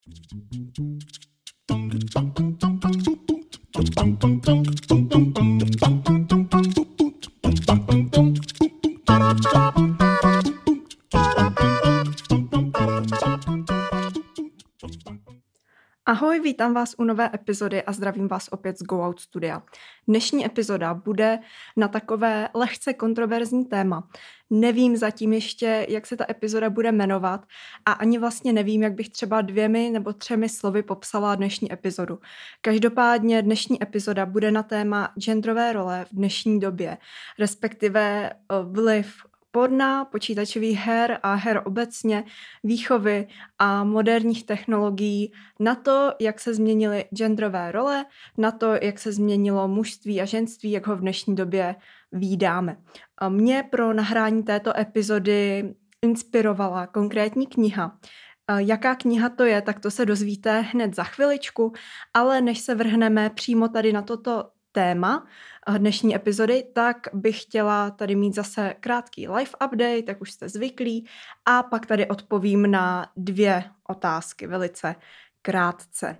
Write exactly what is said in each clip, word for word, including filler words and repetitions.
Ahoj, vítám vás u nové epizody a zdravím vás opět z Go Out Studia. Dnešní epizoda bude na takové lehce kontroverzní téma. Nevím zatím ještě, jak se ta epizoda bude jmenovat a ani vlastně nevím, jak bych třeba dvěmi nebo třemi slovy popsala dnešní epizodu. Každopádně dnešní epizoda bude na téma genderové role v dnešní době, respektive vliv porna, počítačových her a her obecně, výchovy a moderních technologií na to, jak se změnily genderové role, na to, jak se změnilo mužství a ženství, jak ho v dnešní době vídáme. A mě pro nahrání této epizody inspirovala konkrétní kniha. Jaká kniha to je, tak to se dozvíte hned za chviličku, ale než se vrhneme přímo tady na toto téma dnešní epizody, tak bych chtěla tady mít zase krátký live update, tak už jste zvyklí, a pak tady odpovím na dvě otázky velice krátce.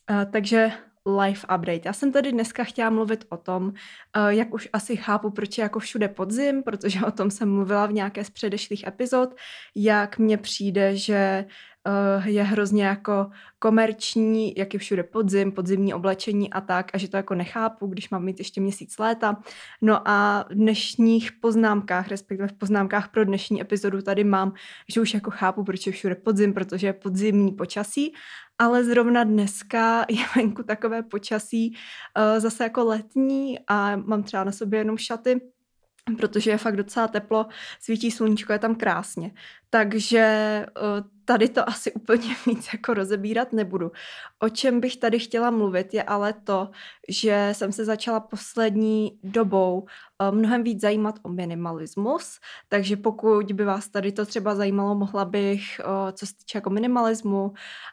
Takže live update. Já jsem tady dneska chtěla mluvit o tom, jak už asi chápu, proč je jako všude podzim, protože o tom jsem mluvila v nějaké z předešlých epizod, jak mně přijde, že je hrozně jako komerční, jak je všude podzim, podzimní oblečení a tak, a že to jako nechápu, když mám mít ještě měsíc léta. No a v dnešních poznámkách, respektive v poznámkách pro dnešní epizodu tady mám, že už jako chápu, proč je všude podzim, protože je podzimní počasí, ale zrovna dneska je venku takové počasí uh, zase jako letní a mám třeba na sobě jenom šaty, protože je fakt docela teplo, svítí sluníčko, je tam krásně. Takže uh, tady to asi úplně víc jako rozebírat nebudu. O čem bych tady chtěla mluvit je ale to, že jsem se začala poslední dobou uh, mnohem víc zajímat o minimalismus, takže pokud by vás tady to třeba zajímalo, mohla bych, uh, co se týče jako minimalismu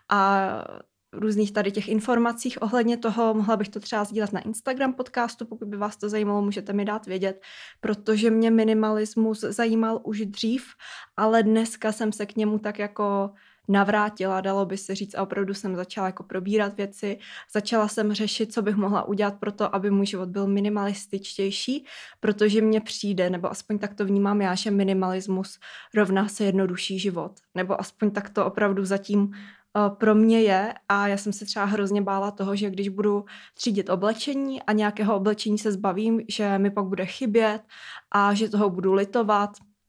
a různých tady těch informacích ohledně toho, mohla bych to třeba sdílet na Instagram podcastu, pokud by vás to zajímalo, můžete mi dát vědět, protože mě minimalismus zajímal už dřív, ale dneska jsem se k němu tak jako navrátila, dalo by se říct, a opravdu jsem začala jako probírat věci, začala jsem řešit, co bych mohla udělat pro to, aby můj život byl minimalističtější, protože mně přijde, nebo aspoň tak to vnímám já, že minimalismus rovná se jednodušší život, nebo aspoň tak to opravdu zatím pro mě je, a já jsem se třeba hrozně bála toho, že když budu třídit oblečení a nějakého oblečení se zbavím, že mi pak bude chybět a že toho budu litovat,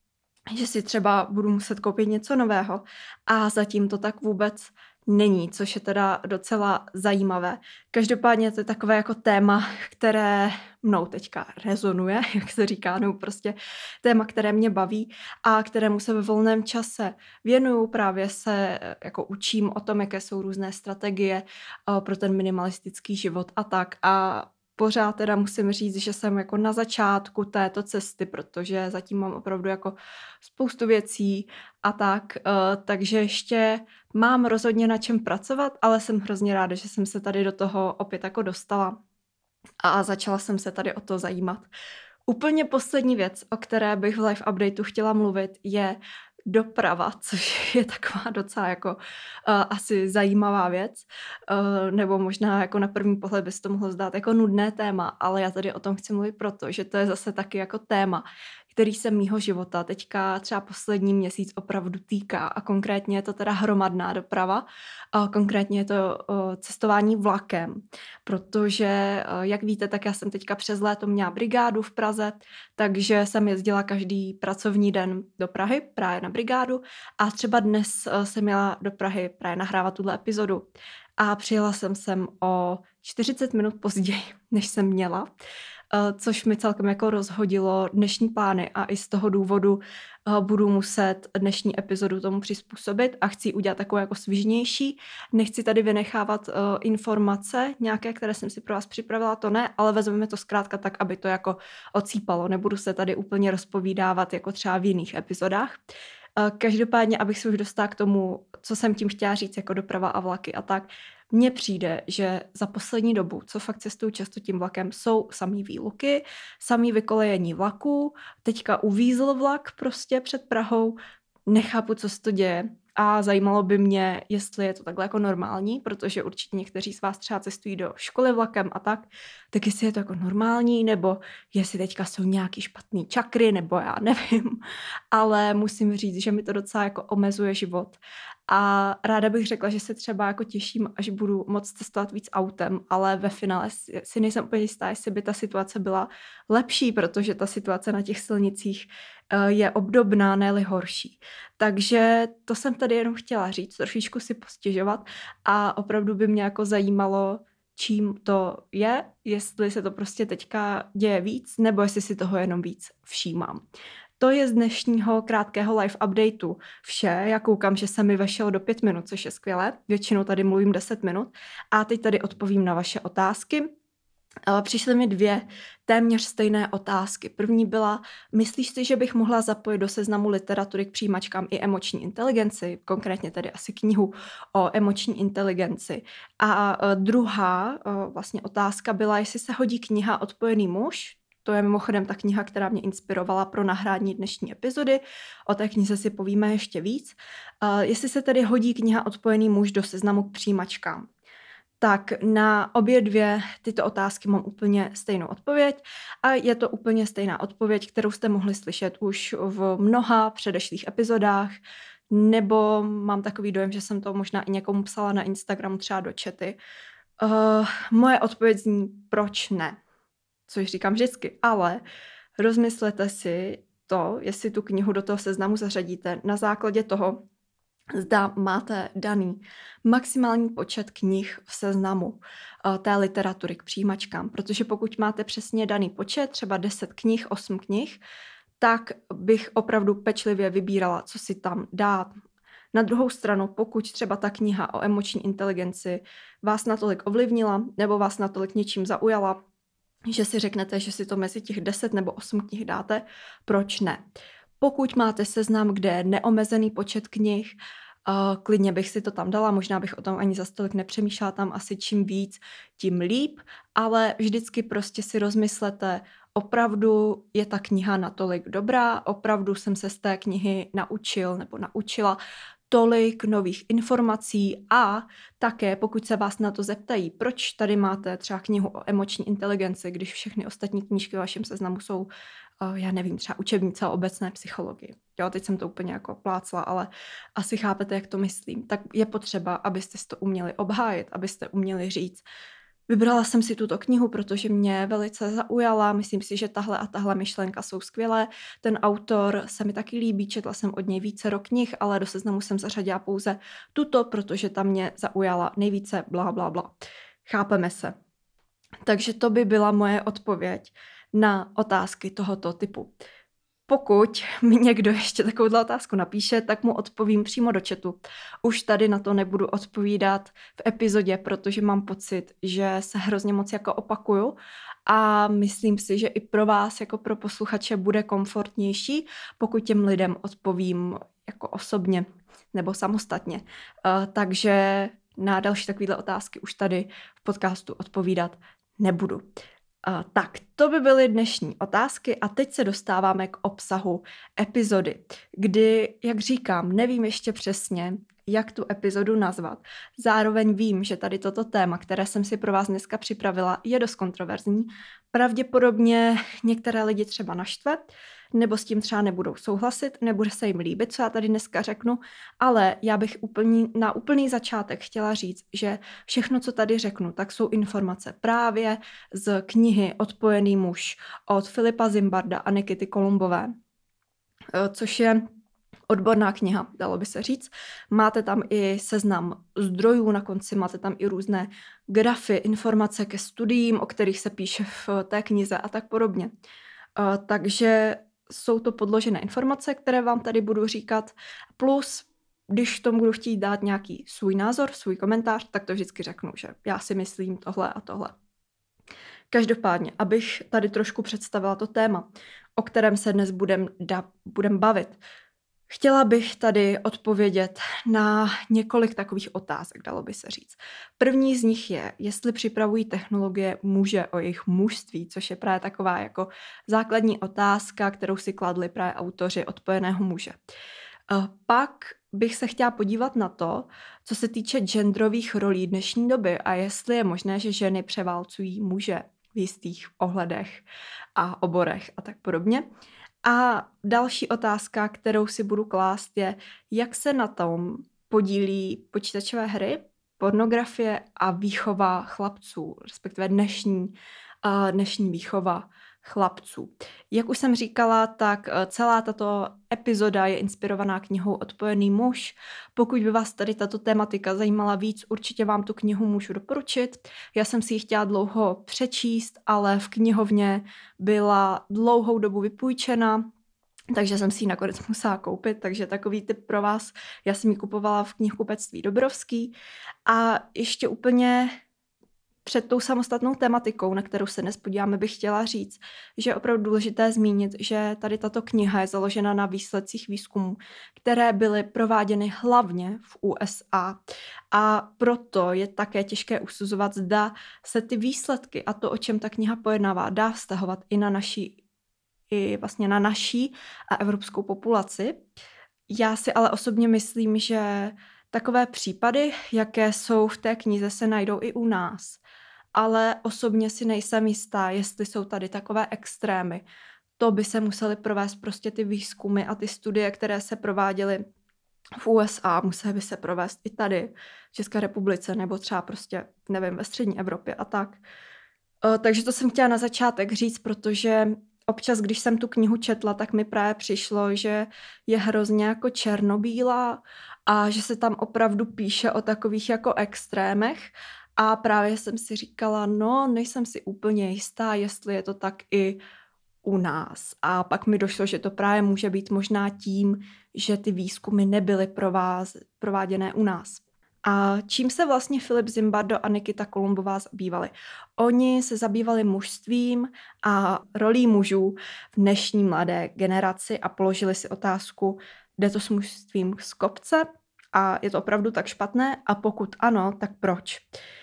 že si třeba budu muset koupit něco nového, a zatím to tak vůbec není, což je teda docela zajímavé. Každopádně to je takové jako téma, které mnou teďka rezonuje, jak se říká, no prostě téma, které mě baví a kterému se ve volném čase věnuju, právě se jako učím o tom, jaké jsou různé strategie pro ten minimalistický život a tak, a pořád teda musím říct, že jsem jako na začátku této cesty, protože zatím mám opravdu jako spoustu věcí a tak, uh, takže ještě mám rozhodně na čem pracovat, ale jsem hrozně ráda, že jsem se tady do toho opět jako dostala a začala jsem se tady o to zajímat. Úplně poslední věc, o které bych v live updateu chtěla mluvit, je doprava, což je taková docela jako uh, asi zajímavá věc, uh, nebo možná jako na první pohled by se to mohlo zdát jako nudné téma, ale já tady o tom chci mluvit proto, že to je zase taky jako téma, který se mýho života teďka třeba poslední měsíc opravdu týká, a konkrétně je to teda hromadná doprava, a konkrétně je to uh, cestování vlakem, protože uh, jak víte, tak já jsem teďka přes léto měla brigádu v Praze, takže jsem jezdila každý pracovní den do Prahy právě na brigádu, a třeba dnes uh, jsem jela do Prahy právě nahrávat tuhle epizodu a přijela jsem sem o čtyřicet minut později, než jsem měla, což mi celkem jako rozhodilo dnešní plány, a i z toho důvodu budu muset dnešní epizodu tomu přizpůsobit a chci udělat takovou jako svižnější. Nechci tady vynechávat uh, informace nějaké, které jsem si pro vás připravila, to ne, ale vezmeme to zkrátka tak, aby to jako ocípalo. Nebudu se tady úplně rozpovídávat jako třeba v jiných epizodách. Uh, každopádně, abych se už dostala k tomu, co jsem tím chtěla říct, jako doprava a vlaky a tak, mně přijde, že za poslední dobu, co fakt cestuju často tím vlakem, jsou samý výluky, samý vykolejení vlaků, teďka uvízl vlak prostě před Prahou, nechápu, co se to děje. a zajímalo by mě, jestli je to takhle jako normální, protože určitě někteří z vás třeba cestují do školy vlakem a tak, tak jestli je to jako normální, nebo jestli teďka jsou nějaký špatný čakry, nebo já nevím, ale musím říct, že mi to docela jako omezuje život. A ráda bych řekla, že se třeba jako těším, až budu moc cestovat víc autem, ale ve finále si, si nejsem úplně jistá, jestli by ta situace byla lepší, protože ta situace na těch silnicích uh, je obdobná, ne-li horší. Takže to jsem tady jenom chtěla říct, trošičku si postěžovat a opravdu by mě jako zajímalo, čím to je, jestli se to prostě teďka děje víc, nebo jestli si toho jenom víc všímám. To je z dnešního krátkého live updateu vše. Já koukám, že se mi vešel do pět minut, což je skvělé. Většinou tady mluvím deset minut. A teď tady odpovím na vaše otázky. Přišly mi dvě téměř stejné otázky. První byla, myslíš si, že bych mohla zapojit do seznamu literatury k přijímačkám i emoční inteligenci, konkrétně tedy asi knihu o emoční inteligenci. A druhá vlastně otázka byla, jestli se hodí kniha Odpojený muž. To je mimochodem ta kniha, která mě inspirovala pro nahrání dnešní epizody. O té knize si povíme ještě víc. Uh, jestli se tedy hodí kniha Odpojený muž do seznamu k přijímačkám. Tak na obě dvě tyto otázky mám úplně stejnou odpověď a je to úplně stejná odpověď, kterou jste mohli slyšet už v mnoha předešlých epizodách, nebo mám takový dojem, že jsem to možná i někomu psala na Instagramu třeba do chaty. Uh, moje odpověď zní, proč ne? Což říkám vždycky, ale rozmyslete si to, jestli tu knihu do toho seznamu zařadíte na základě toho, zda máte daný maximální počet knih v seznamu uh, té literatury k přijímačkám, protože pokud máte přesně daný počet, třeba deset knih, osm knih, tak bych opravdu pečlivě vybírala, co si tam dát. Na druhou stranu, pokud třeba ta kniha o emoční inteligenci vás natolik ovlivnila nebo vás natolik něčím zaujala, že si řeknete, že si to mezi těch deset nebo osm knih dáte, proč ne? Pokud máte seznam, kde je neomezený počet knih, uh, klidně bych si to tam dala, možná bych o tom ani za stolik nepřemýšlela, tam asi čím víc, tím líp, ale vždycky prostě si rozmyslete, opravdu je ta kniha natolik dobrá, opravdu jsem se z té knihy naučil nebo naučila tolik nových informací a také, pokud se vás na to zeptají, proč tady máte třeba knihu o emoční inteligenci, když všechny ostatní knížky v vašem seznamu jsou, já nevím, třeba učebnice o obecné psychologii. Jo, teď jsem to úplně jako plácla, ale asi chápete, jak to myslím. Tak je potřeba, abyste si to uměli obhájit, abyste uměli říct, vybrala jsem si tuto knihu, protože mě velice zaujala, myslím si, že tahle a tahle myšlenka jsou skvělé. Ten autor se mi taky líbí, četla jsem od něj vícero knih, ale do seznamu jsem zařadila pouze tuto, protože ta mě zaujala nejvíce, bla, bla, bla. Chápeme se. Takže to by byla moje odpověď na otázky tohoto typu. Pokud mi někdo ještě takovouhle otázku napíše, tak mu odpovím přímo do chatu. Už tady na to nebudu odpovídat v epizodě, protože mám pocit, že se hrozně moc jako opakuju a myslím si, že i pro vás, jako pro posluchače, bude komfortnější, pokud těm lidem odpovím jako osobně nebo samostatně. Uh, takže na další takovéhle otázky už tady v podcastu odpovídat nebudu. Uh, tak, to by byly dnešní otázky a teď se dostáváme k obsahu epizody, kdy, jak říkám, nevím ještě přesně, jak tu epizodu nazvat. Zároveň vím, že tady toto téma, které jsem si pro vás dneska připravila, je dost kontroverzní. Pravděpodobně některé lidi třeba naštve, nebo s tím třeba nebudou souhlasit, nebude se jim líbit, co já tady dneska řeknu, ale já bych úplný, na úplný začátek chtěla říct, že všechno, co tady řeknu, tak jsou informace právě z knihy Odpojený muž od Filipa Zimbarda a Nikity Kolumbové, což je odborná kniha, dalo by se říct. Máte tam i seznam zdrojů na konci, máte tam i různé grafy, informace ke studiím, o kterých se píše v té knize a tak podobně. Takže jsou to podložené informace, které vám tady budu říkat, plus když tomu budu chtít dát nějaký svůj názor, svůj komentář, tak to vždycky řeknu, že já si myslím tohle a tohle. Každopádně, abych tady trošku představila to téma, o kterém se dnes budem, da, budem bavit, chtěla bych tady odpovědět na několik takových otázek, dalo by se říct. První z nich je, jestli připravují technologie muže o jejich mužství, což je právě taková jako základní otázka, kterou si kladli právě autoři Odpojeného muže. Pak bych se chtěla podívat na to, co se týče genderových rolí dnešní doby a jestli je možné, že ženy převálcují muže v jistých ohledech a oborech a tak podobně. A další otázka, kterou si budu klást, je, jak se na tom podílí počítačové hry, pornografie a výchova chlapců, respektive dnešní, uh, dnešní výchova chlapců. Jak už jsem říkala, tak celá tato epizoda je inspirovaná knihou Odpojený muž. Pokud by vás tady tato tematika zajímala víc, určitě vám tu knihu můžu doporučit. Já jsem si ji chtěla dlouho přečíst, ale v knihovně byla dlouhou dobu vypůjčena, takže jsem si ji nakonec musela koupit, takže takový tip pro vás. Já jsem ji kupovala v knihkupectví Dobrovský a ještě úplně před tou samostatnou tematikou, na kterou se dnes podíváme, bych chtěla říct, že je opravdu důležité zmínit, že tady tato kniha je založena na výsledcích výzkumů, které byly prováděny hlavně v U S A. A proto je také těžké usuzovat, zda se ty výsledky a to, o čem ta kniha pojednává, dá vztahovat i na naší, i vlastně na naší a evropskou populaci. Já si ale osobně myslím, že takové případy, jaké jsou v té knize, se najdou i u nás. Ale osobně si nejsem jistá, jestli jsou tady takové extrémy. To by se musely provést prostě ty výzkumy a ty studie, které se prováděly v U S A, musely by se provést i tady v České republice nebo třeba prostě, nevím, ve střední Evropě a tak. Takže to jsem chtěla na začátek říct, protože občas, když jsem tu knihu četla, tak mi právě přišlo, že je hrozně jako černobílá a že se tam opravdu píše o takových jako extrémech. A právě jsem si říkala, no, nejsem si úplně jistá, jestli je to tak i u nás. A pak mi došlo, že to právě může být možná tím, že ty výzkumy nebyly prováz, prováděné u nás. A čím se vlastně Philip Zimbardo a Nikita Kolumbová zabývali? Oni se zabývali mužstvím a rolí mužů v dnešní mladé generaci a položili si otázku, jde to s mužstvím z kopce a je to opravdu tak špatné a pokud ano, tak proč?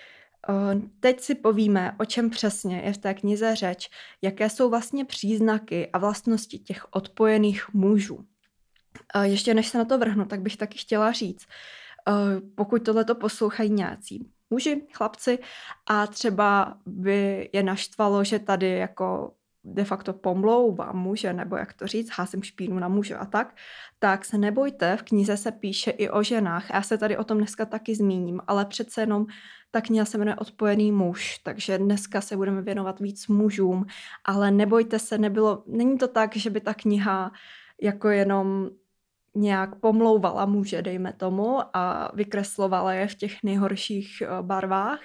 Teď si povíme, o čem přesně je v té knize řeč, jaké jsou vlastně příznaky a vlastnosti těch odpojených mužů. Ještě než se na to vrhnu, tak bych taky chtěla říct, pokud tohleto poslouchají nějací muži, chlapci a třeba by je naštvalo, že tady jako de facto pomlouvám muže, nebo jak to říct, házím špínu na muže a tak, tak se nebojte, v knize se píše i o ženách. Já se tady o tom dneska taky zmíním, ale přece jenom ta kniha se jmenuje Odpojený muž, takže dneska se budeme věnovat víc mužům, ale nebojte se, nebylo, není to tak, že by ta kniha jako jenom nějak pomlouvala muže, dejme tomu, a vykreslovala je v těch nejhorších barvách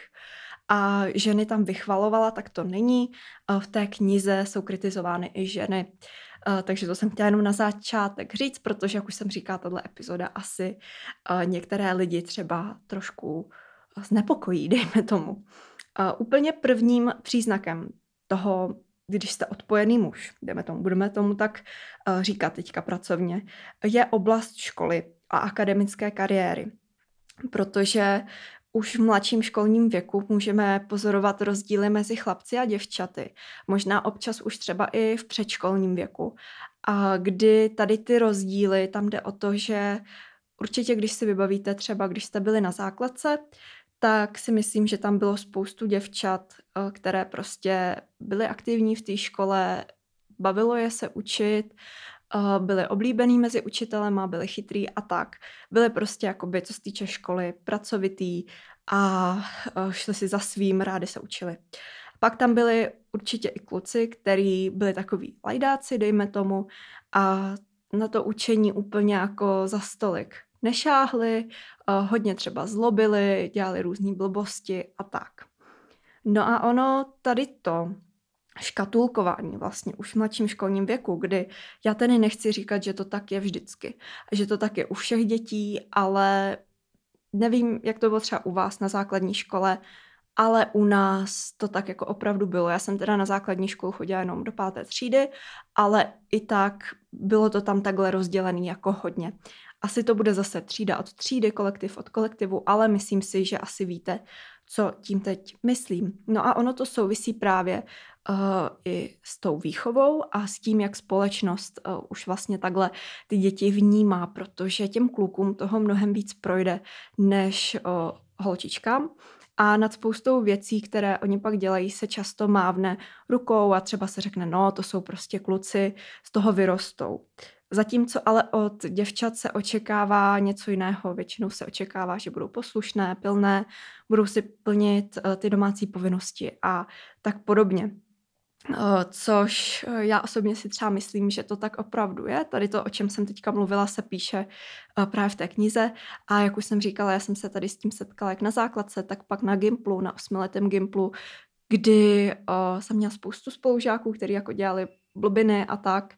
a ženy tam vychvalovala, tak to není. V té knize jsou kritizovány i ženy. Takže to jsem chtěla jenom na začátek říct, protože, jak už jsem říkala, tato epizoda asi některé lidi třeba trošku znepokojí, dejme tomu. Úplně prvním příznakem toho, když jste odpojený muž, jdeme tomu, budeme tomu tak říkat teďka pracovně, je oblast školy a akademické kariéry. Protože už v mladším školním věku můžeme pozorovat rozdíly mezi chlapci a děvčaty. Možná občas už třeba i v předškolním věku. A kdy tady ty rozdíly, tam jde o to, že určitě, když si vybavíte třeba, když jste byli na základce, tak si myslím, že tam bylo spoustu děvčat, které prostě byly aktivní v té škole, bavilo je se učit, byli oblíbený mezi učitelema, byli chytrý a tak. Byli prostě, jakoby, co se týče školy, pracovitý a šli si za svým, rádi se učili. Pak tam byli určitě i kluci, kteří byli takový lajdáci, dejme tomu, a na to učení úplně jako za stolik nešáhli, hodně třeba zlobili, dělali různý blbosti a tak. No a ono tady to škatulkování vlastně už v mladším školním věku, kdy já tedy nechci říkat, že to tak je vždycky, že to tak je u všech dětí, ale nevím, jak to bylo třeba u vás na základní škole, ale u nás to tak jako opravdu bylo. Já jsem teda na základní školu chodila jenom do páté třídy, ale i tak bylo to tam takhle rozdělené jako hodně. Asi to bude zase třída od třídy, kolektiv od kolektivu, ale myslím si, že asi víte, co tím teď myslím. No a ono to souvisí právě uh, i s tou výchovou a s tím, jak společnost uh, už vlastně takhle ty děti vnímá, protože těm klukům toho mnohem víc projde než uh, holčičkám. A nad spoustou věcí, které oni pak dělají, se často mávne rukou a třeba se řekne, no, to jsou prostě kluci, z toho vyrostou. Zatímco ale od děvčat se očekává něco jiného. Většinou se očekává, že budou poslušné, pilné, budou si plnit uh, ty domácí povinnosti a tak podobně. Uh, což uh, já osobně si třeba myslím, že to tak opravdu je. Tady to, o čem jsem teďka mluvila, se píše uh, právě v té knize a jak už jsem říkala, já jsem se tady s tím setkala jak na základce, tak pak na Gimplu, na osmiletém Gimplu, kdy uh, jsem měla spoustu spolužáků, kteří jako dělali blbiny a tak.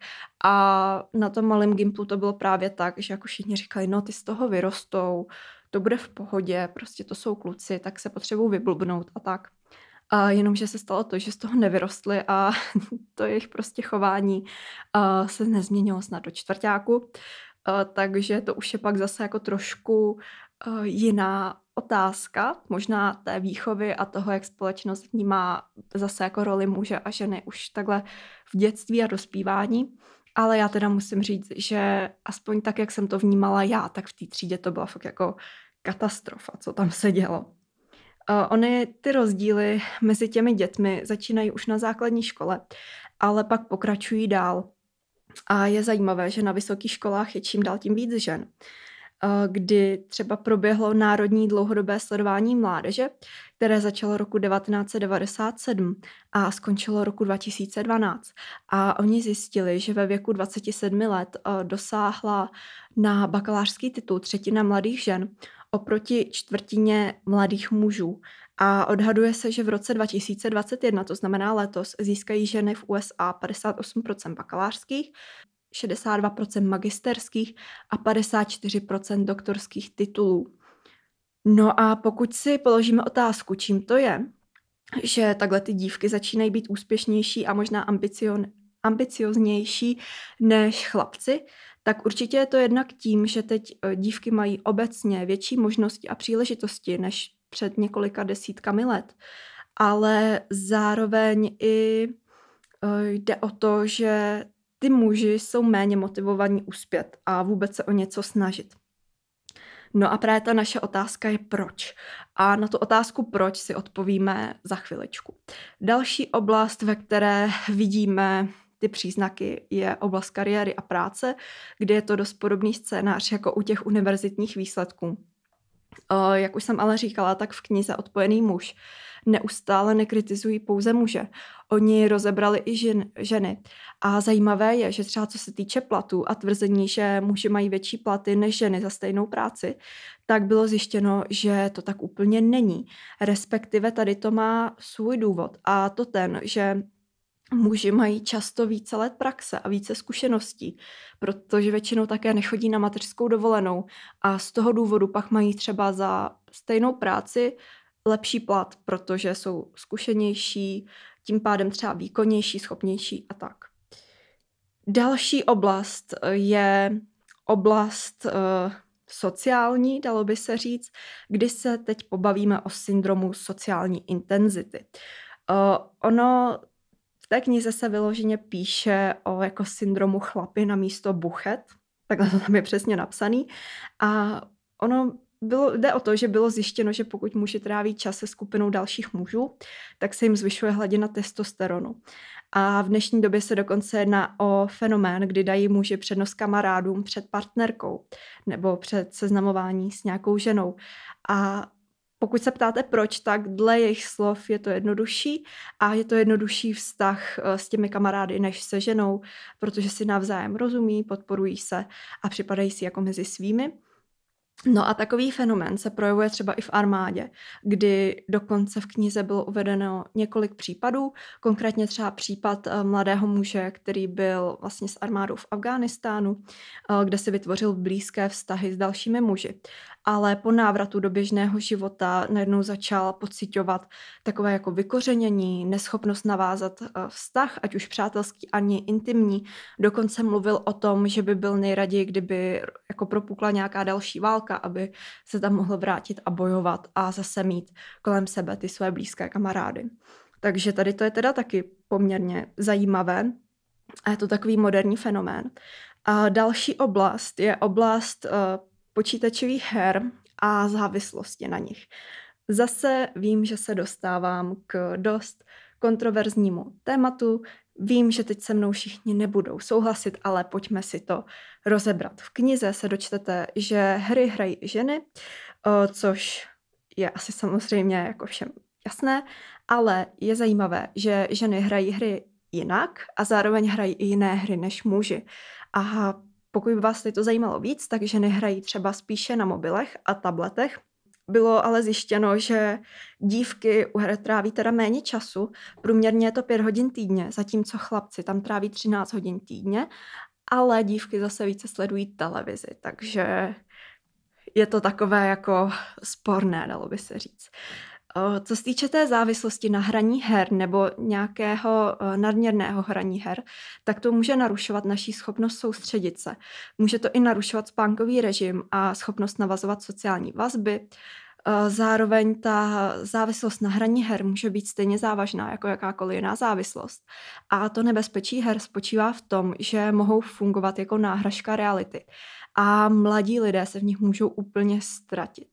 A na tom malém Gimplu to bylo právě tak, že jako všichni říkali, no ty z toho vyrostou, to bude v pohodě, prostě to jsou kluci, tak se potřebují vyblbnout a tak. A jenomže se stalo to, že z toho nevyrostly a to jejich prostě chování uh, se nezměnilo snad do čtvrťáku. Uh, takže to už je pak zase jako trošku uh, jiná otázka, možná té výchovy a toho, jak společnost vnímá zase jako roli muže a ženy už takhle v dětství a dospívání. Ale já teda musím říct, že aspoň tak, jak jsem to vnímala já, tak v té třídě to byla fakt jako katastrofa, co tam se dělo. Uh, ony ty rozdíly mezi těmi dětmi začínají už na základní škole, ale pak pokračují dál. A je zajímavé, že na vysokých školách je čím dál tím víc žen. Uh, kdy třeba proběhlo národní dlouhodobé sledování mládeže, které začalo roku devatenáct set devadesát sedm a skončilo roku dva tisíce dvanáct. A oni zjistili, že ve věku dvacet sedm let uh, dosáhla na bakalářský titul třetina mladých žen oproti čtvrtině mladých mužů. A odhaduje se, že v roce dva tisíce dvacet jedna, to znamená letos, získají ženy v U S A padesát osm procent bakalářských, šedesát dva procent magisterských a padesát čtyři procent doktorských titulů. No a pokud si položíme otázku, čím to je, že takhle ty dívky začínají být úspěšnější a možná ambicion, ambicioznější než chlapci, tak určitě je to jednak tím, že teď dívky mají obecně větší možnosti a příležitosti než před několika desítkami let. Ale zároveň i jde o to, že ty muži jsou méně motivovaní uspět a vůbec se o něco snažit. No a právě ta naše otázka je proč. A na tu otázku proč si odpovíme za chviličku. Další oblast, ve které vidíme ty příznaky, je oblast kariéry a práce, kde je to dost podobný scénář jako u těch univerzitních výsledků. Jak už jsem ale říkala, tak v knize Odpojený muž neustále nekritizují pouze muže. Oni rozebrali i žen, ženy. A zajímavé je, že třeba co se týče platů a tvrzení, že muži mají větší platy než ženy za stejnou práci, tak bylo zjištěno, že to tak úplně není. Respektive tady to má svůj důvod. A to ten, že muži mají často více let praxe a více zkušeností, protože většinou také nechodí na mateřskou dovolenou a z toho důvodu pak mají třeba za stejnou práci lepší plat, protože jsou zkušenější, tím pádem třeba výkonnější, schopnější a tak. Další oblast je oblast uh, sociální, dalo by se říct, kdy se teď pobavíme o syndromu sociální intenzity. Uh, ono v té knize se vyloženě píše o jako syndromu chlapy na místo buchet, takhle to tam je přesně napsaný. A ono bylo, jde o to, že bylo zjištěno, že pokud muži tráví čas se skupinou dalších mužů, tak se jim zvyšuje hladina testosteronu. A v dnešní době se dokonce jedná o fenomén, kdy dají muži přednost kamarádům před partnerkou nebo před seznamování s nějakou ženou. A pokud se ptáte proč, tak dle jejich slov je to jednodušší a je to jednodušší vztah s těmi kamarády než se ženou, protože si navzájem rozumí, podporují se a připadají si jako mezi svými. No a takový fenomén se projevuje třeba i v armádě, kdy dokonce v knize bylo uvedeno několik případů, konkrétně třeba případ mladého muže, který byl vlastně s armádou v Afghánistánu, kde si vytvořil blízké vztahy s dalšími muži. Ale po návratu do běžného života najednou začal pociťovat takové jako vykořenění, neschopnost navázat vztah, ať už přátelský ani intimní. Dokonce mluvil o tom, že by byl nejraději, kdyby jako propukla nějaká další válka, aby se tam mohl vrátit a bojovat a zase mít kolem sebe ty své blízké kamarády. Takže tady to je teda taky poměrně zajímavé a je to takový moderní fenomén. A další oblast je oblast uh, počítačových her a závislosti na nich. Zase vím, že se dostávám k dost kontroverznímu tématu. Vím, že teď se mnou všichni nebudou souhlasit, ale pojďme si to rozebrat. V knize se dočtete, že hry hrají ženy, což je asi samozřejmě jako všem jasné, ale je zajímavé, že ženy hrají hry jinak a zároveň hrají i jiné hry než muži. A pokud by vás to zajímalo víc, tak ženy hrají třeba spíše na mobilech a tabletech. Bylo ale zjištěno, že dívky u her tráví teda méně času, průměrně je to pět hodin týdně, zatímco chlapci tam tráví třináct hodin týdně, ale dívky zase více sledují televizi, takže je to takové jako sporné, dalo by se říct. Co se týče té závislosti na hraní her nebo nějakého nadměrného hraní her, tak to může narušovat naši schopnost soustředit se. Může to i narušovat spánkový režim a schopnost navazovat sociální vazby. Zároveň ta závislost na hraní her může být stejně závažná jako jakákoliv jiná závislost. A to nebezpečí her spočívá v tom, že mohou fungovat jako náhražka reality. A mladí lidé se v nich můžou úplně ztratit.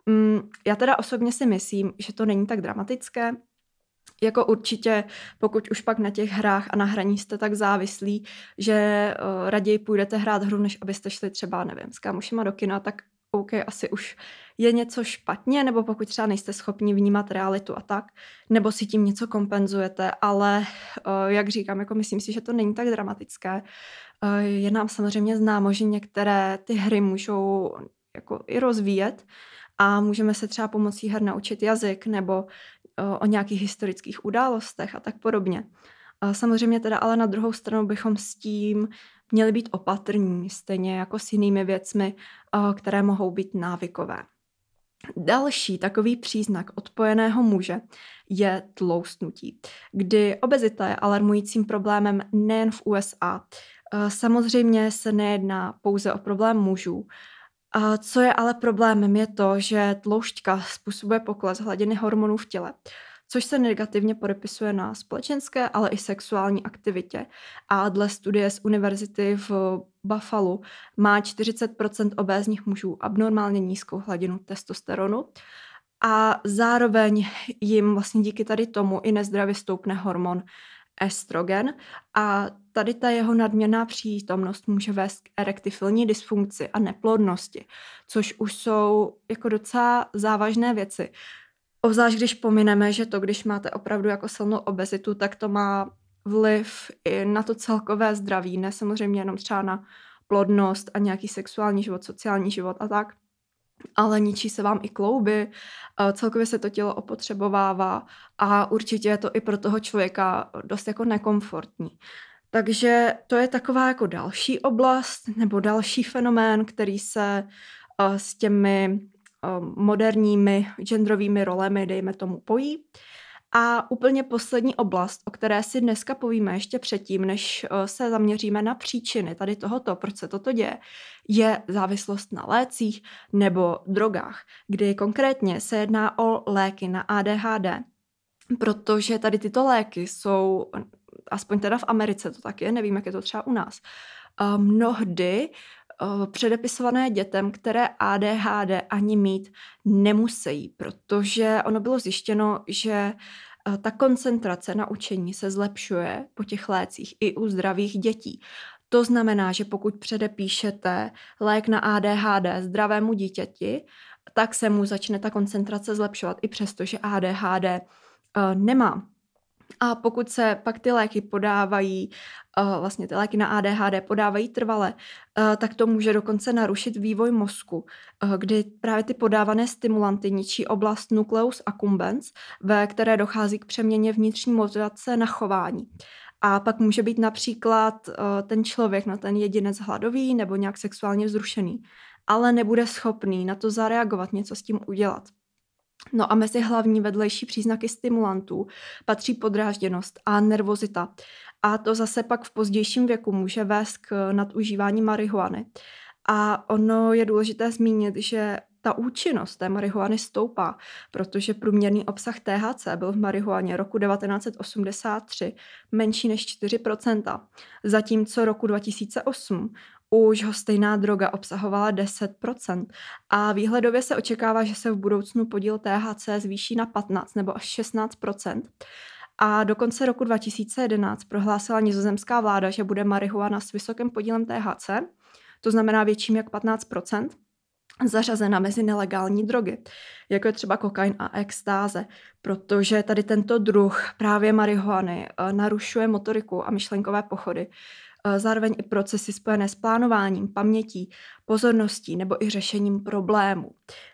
Já teda osobně si myslím, že to není tak dramatické. Jako určitě, pokud už pak na těch hrách a na hraní jste tak závislí, že uh, raději půjdete hrát hru, než abyste šli třeba, nevím, s kámošima do kina, tak OK, asi už je něco špatně, nebo pokud třeba nejste schopni vnímat realitu a tak, nebo si tím něco kompenzujete, ale uh, jak říkám, jako myslím si, že to není tak dramatické. Uh, je nám samozřejmě známo, že některé ty hry můžou jako i rozvíjet, a můžeme se třeba pomocí her naučit jazyk nebo o nějakých historických událostech a tak podobně. Samozřejmě teda ale na druhou stranu bychom s tím měli být opatrní, stejně jako s jinými věcmi, které mohou být návykové. Další takový příznak odpojeného muže je tloustnutí, kdy obezita je alarmujícím problémem nejen v U S A. Samozřejmě se nejedná pouze o problém mužů. A co je ale problémem je to, že tloušťka způsobuje pokles hladiny hormonů v těle, což se negativně podepisuje na společenské, ale i sexuální aktivitě. A dle studie z univerzity v Buffalu má čtyřicet procent obézních mužů abnormálně nízkou hladinu testosteronu a zároveň jim vlastně díky tady tomu i nezdravě stoupne hormon estrogen a tady ta jeho nadměrná přítomnost může vést k erektifilní dysfunkci a neplodnosti, což už jsou jako docela závažné věci. Obzvlášť když pomineme, že to, když máte opravdu jako silnou obezitu, tak to má vliv i na to celkové zdraví, ne samozřejmě jenom třeba na plodnost a nějaký sexuální život, sociální život a tak, ale ničí se vám i klouby, celkově se to tělo opotřebovává a určitě je to i pro toho člověka dost jako nekomfortní. Takže to je taková jako další oblast nebo další fenomén, který se s těmi moderními genderovými rolemi, dejme tomu, pojí. A úplně poslední oblast, o které si dneska povíme ještě předtím, než se zaměříme na příčiny tady tohoto, proč se toto děje, je závislost na lécích nebo drogách, kdy konkrétně se jedná o léky na A D H D, protože tady tyto léky jsou, aspoň teda v Americe to tak je, nevím, jak je to třeba u nás, mnohdy předepisované dětem, které A D H D ani mít nemusí, protože ono bylo zjištěno, že ta koncentrace na učení se zlepšuje po těch lécích i u zdravých dětí. To znamená, že pokud předepíšete lék na A D H D zdravému dítěti, tak se mu začne ta koncentrace zlepšovat i přesto, že A D H D uh, nemá. A pokud se pak ty léky podávají, vlastně ty léky na A D H D podávají trvale, tak to může dokonce narušit vývoj mozku, kdy právě ty podávané stimulanty ničí oblast nucleus accumbens, ve které dochází k přeměně vnitřní motivace na chování. A pak může být například ten člověk, no ten jedinec hladový nebo nějak sexuálně vzrušený, ale nebude schopný na to zareagovat, něco s tím udělat. No a mezi hlavní vedlejší příznaky stimulantů patří podrážděnost a nervozita. A to zase pak v pozdějším věku může vést k nadužívání marihuany. A ono je důležité zmínit, že ta účinnost té marihuany stoupá, protože průměrný obsah T H C byl v marihuaně roku devatenáct set osmdesát tři menší než čtyři procenta, zatímco roku dva tisíce osm už ho stejná droga obsahovala deset procent a výhledově se očekává, že se v budoucnu podíl T H C zvýší na patnáct nebo až šestnáct procent. A do konce roku dva tisíce jedenáct prohlásila nizozemská vláda, že bude marihuana s vysokým podílem T H C, to znamená větším jak patnáct procent, zařazena mezi nelegální drogy, jako je třeba kokain a extáze, protože tady tento druh právě marihuany narušuje motoriku a myšlenkové pochody, zároveň i procesy spojené s plánováním, pamětí, pozorností nebo i řešením problémů.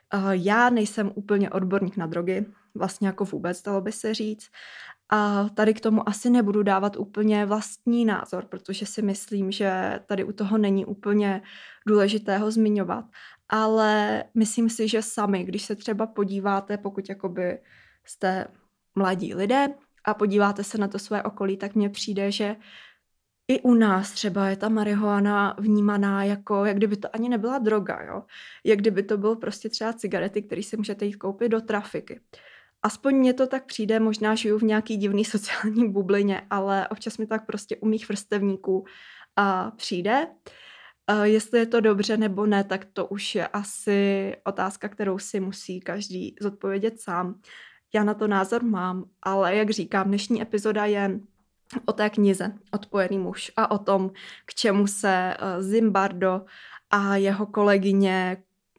Já nejsem úplně odborník na drogy, vlastně jako vůbec, dalo by se říct. A tady k tomu asi nebudu dávat úplně vlastní názor, protože si myslím, že tady u toho není úplně důležité ho zmiňovat. Ale myslím si, že sami, když se třeba podíváte, pokud jakoby jste mladí lidé a podíváte se na to své okolí, tak mně přijde, že i u nás třeba je ta marihuana vnímaná jako, jak kdyby to ani nebyla droga, jo? Jak kdyby to bylo prostě třeba cigarety, které si můžete jít koupit do trafiky. Aspoň mně to tak přijde, možná žiju v nějaký divný sociální bublině, ale občas mi tak prostě u mých vrstevníků a přijde. A jestli je to dobře nebo ne, tak to už je asi otázka, kterou si musí každý zodpovědět sám. Já na to názor mám, ale jak říkám, dnešní epizoda je o té knize Odpojený muž a o tom, k čemu se Zimbardo a jeho kolegyně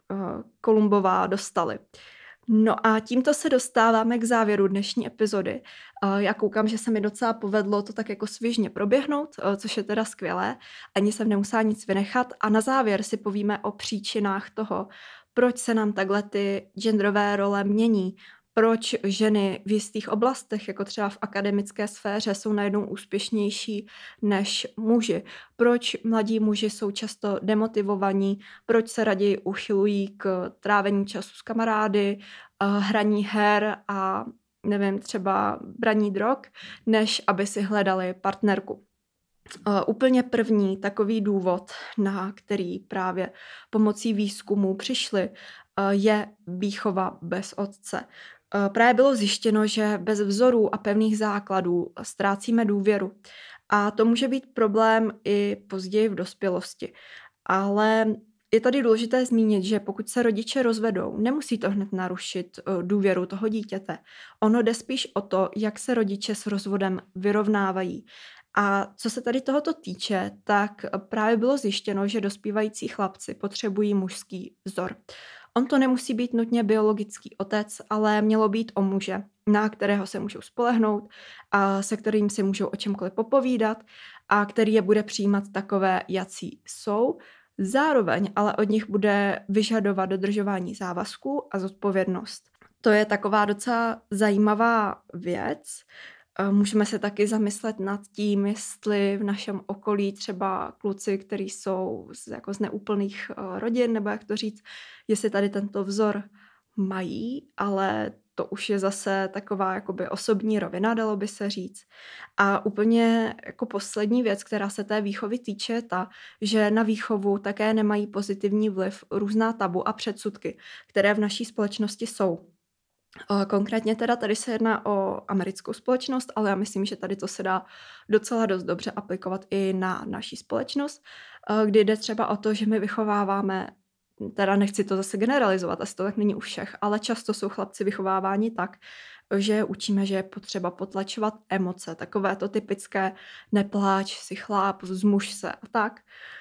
Columbová dostali. No a tímto se dostáváme k závěru dnešní epizody. Já koukám, že se mi docela povedlo to tak jako svižně proběhnout, což je teda skvělé. Ani jsem nemusela nic vynechat a na závěr si povíme o příčinách toho, proč se nám takhle ty genderové role mění, proč ženy v jistých oblastech, jako třeba v akademické sféře, jsou najednou úspěšnější než muži, proč mladí muži jsou často demotivovaní, proč se raději uchylují k trávení času s kamarády, hraní her a nevím, třeba braní drog, než aby si hledali partnerku. Uh, úplně první takový důvod, na který právě pomocí výzkumu přišli, uh, je výchova bez otce. Uh, právě bylo zjištěno, že bez vzorů a pevných základů ztrácíme důvěru. A to může být problém i později v dospělosti. Ale je tady důležité zmínit, že pokud se rodiče rozvedou, nemusí to hned narušit uh, důvěru toho dítěte. Ono jde spíš o to, jak se rodiče s rozvodem vyrovnávají. A co se tady tohoto týče, tak právě bylo zjištěno, že dospívající chlapci potřebují mužský vzor. On to nemusí být nutně biologický otec, ale mělo být o muže, na kterého se můžou spolehnout a se kterým si můžou o čemkoliv popovídat a který je bude přijímat takové, jací jsou. Zároveň ale od nich bude vyžadovat dodržování závazků a zodpovědnost. To je taková docela zajímavá věc. Můžeme se taky zamyslet nad tím, jestli v našem okolí třeba kluci, kteří jsou z, jako z neúplných rodin, nebo jak to říct, jestli tady tento vzor mají, ale to už je zase taková jakoby osobní rovina, dalo by se říct. A úplně jako poslední věc, která se té výchovy týče, je ta, že na výchovu také nemají pozitivní vliv různá tabu a předsudky, které v naší společnosti jsou. Konkrétně teda tady se jedná o americkou společnost, ale já myslím, že tady to se dá docela dost dobře aplikovat i na naší společnost, kdy jde třeba o to, že my vychováváme, teda nechci to zase generalizovat, asi to tak není u všech, ale často jsou chlapci vychováváni tak, že učíme, že je potřeba potlačovat emoce, takové to typické nepláč, si chláp, vzmuž se a tak.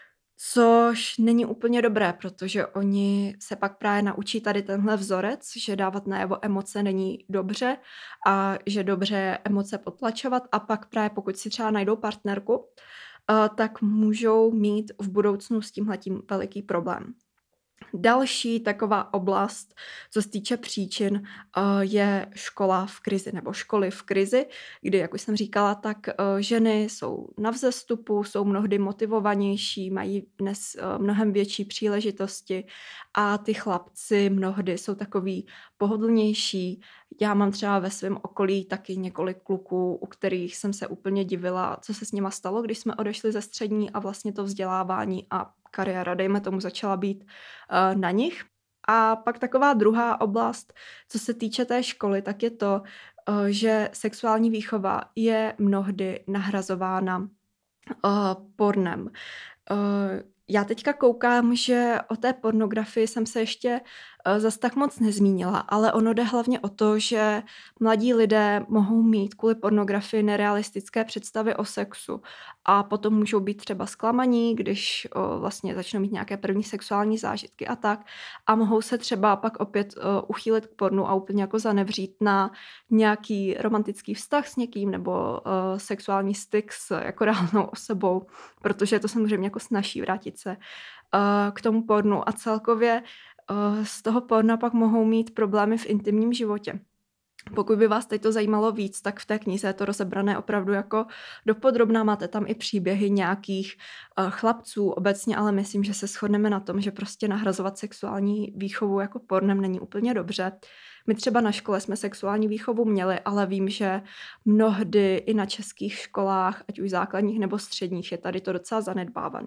Což není úplně dobré, protože oni se pak právě naučí tady tenhle vzorec, že dávat najevo emoce není dobře a že dobře je emoce potlačovat a pak právě pokud si třeba najdou partnerku, tak můžou mít v budoucnu s tímhletím veliký problém. Další taková oblast, co se týče příčin, je škola v krizi nebo školy v krizi, kdy, jak už jsem říkala, tak ženy jsou na vzestupu, jsou mnohdy motivovanější, mají dnes mnohem větší příležitosti a ty chlapci mnohdy jsou takový pohodlnější. Já mám třeba ve svém okolí taky několik kluků, u kterých jsem se úplně divila, co se s nima stalo, když jsme odešli ze střední a vlastně to vzdělávání a kariéra, dejme tomu, začala být uh, na nich. A pak taková druhá oblast, co se týče té školy, tak je to, eh, že sexuální výchova je mnohdy nahrazována eh, pornem. Eh, Já teďka koukám, že o té pornografii jsem se ještě eh, zas tak moc nezmínila, ale ono jde hlavně o to, že mladí lidé mohou mít kvůli pornografii nerealistické představy o sexu a potom můžou být třeba zklamaní, když o, vlastně začnou mít nějaké první sexuální zážitky a tak a mohou se třeba pak opět o, uchýlit k pornu a úplně jako zanevřít na nějaký romantický vztah s někým nebo o, sexuální styk s jako reálnou osobou, protože je to samozřejmě jako snazší vrátit se uh, k tomu pornu a celkově uh, z toho porna pak mohou mít problémy v intimním životě. Pokud by vás teď to zajímalo víc, tak v té knize je to rozebrané opravdu jako dopodrobná. Máte tam i příběhy nějakých uh, chlapců obecně, ale myslím, že se shodneme na tom, že prostě nahrazovat sexuální výchovu jako pornem není úplně dobře. My třeba na škole jsme sexuální výchovu měli, ale vím, že mnohdy i na českých školách, ať už základních nebo středních, je tady to docela zanedbávaný.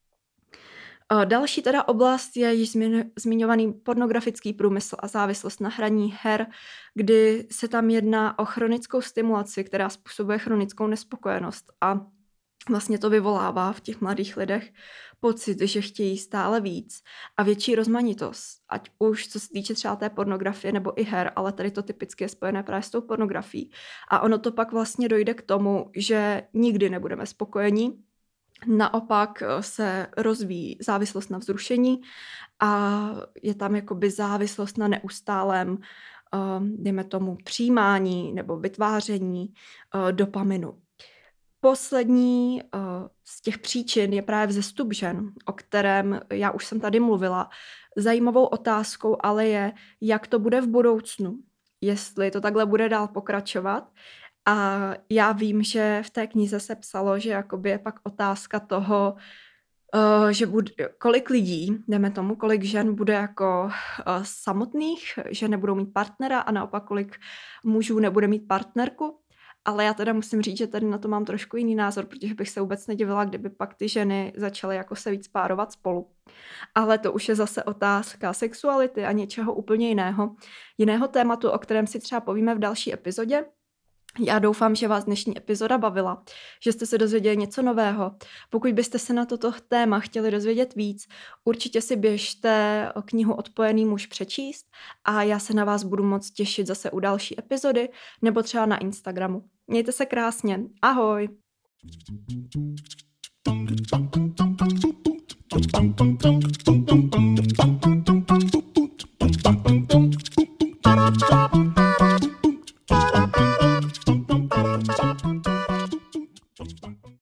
Další teda oblast je již zmiňovaný pornografický průmysl a závislost na hraní her, kdy se tam jedná o chronickou stimulaci, která způsobuje chronickou nespokojenost a vlastně to vyvolává v těch mladých lidech pocit, že chtějí stále víc a větší rozmanitost, ať už co se týče třeba té pornografie nebo i her, ale tady to typicky je spojené právě s tou pornografií. A ono to pak vlastně dojde k tomu, že nikdy nebudeme spokojení, naopak se rozvíjí závislost na vzrušení a je tam jakoby závislost na neustálém, dejme tomu, přijímání nebo vytváření dopaminu. Poslední z těch příčin je právě vzestup žen, o kterém já už jsem tady mluvila. Zajímavou otázkou ale je, jak to bude v budoucnu, jestli to takhle bude dál pokračovat. A já vím, že v té knize se psalo, že jakoby je pak otázka toho, uh, že bude, kolik lidí, jdeme tomu, kolik žen bude jako uh, samotných, že nebudou mít partnera a naopak kolik mužů nebude mít partnerku. Ale já teda musím říct, že tady na to mám trošku jiný názor, protože bych se vůbec nedivila, kdyby pak ty ženy začaly jako se víc párovat spolu. Ale to už je zase otázka sexuality a něčeho úplně jiného. Jiného tématu, o kterém si třeba povíme v další epizodě. Já doufám, že vás dnešní epizoda bavila, že jste se dozvěděli něco nového. Pokud byste se na toto téma chtěli dozvědět víc, určitě si běžte knihu Odpojený muž přečíst a já se na vás budu moc těšit zase u další epizody nebo třeba na Instagramu. Mějte se krásně. Ahoj! Tum tum tum tum tum tum tum tum tum tum tum tum tum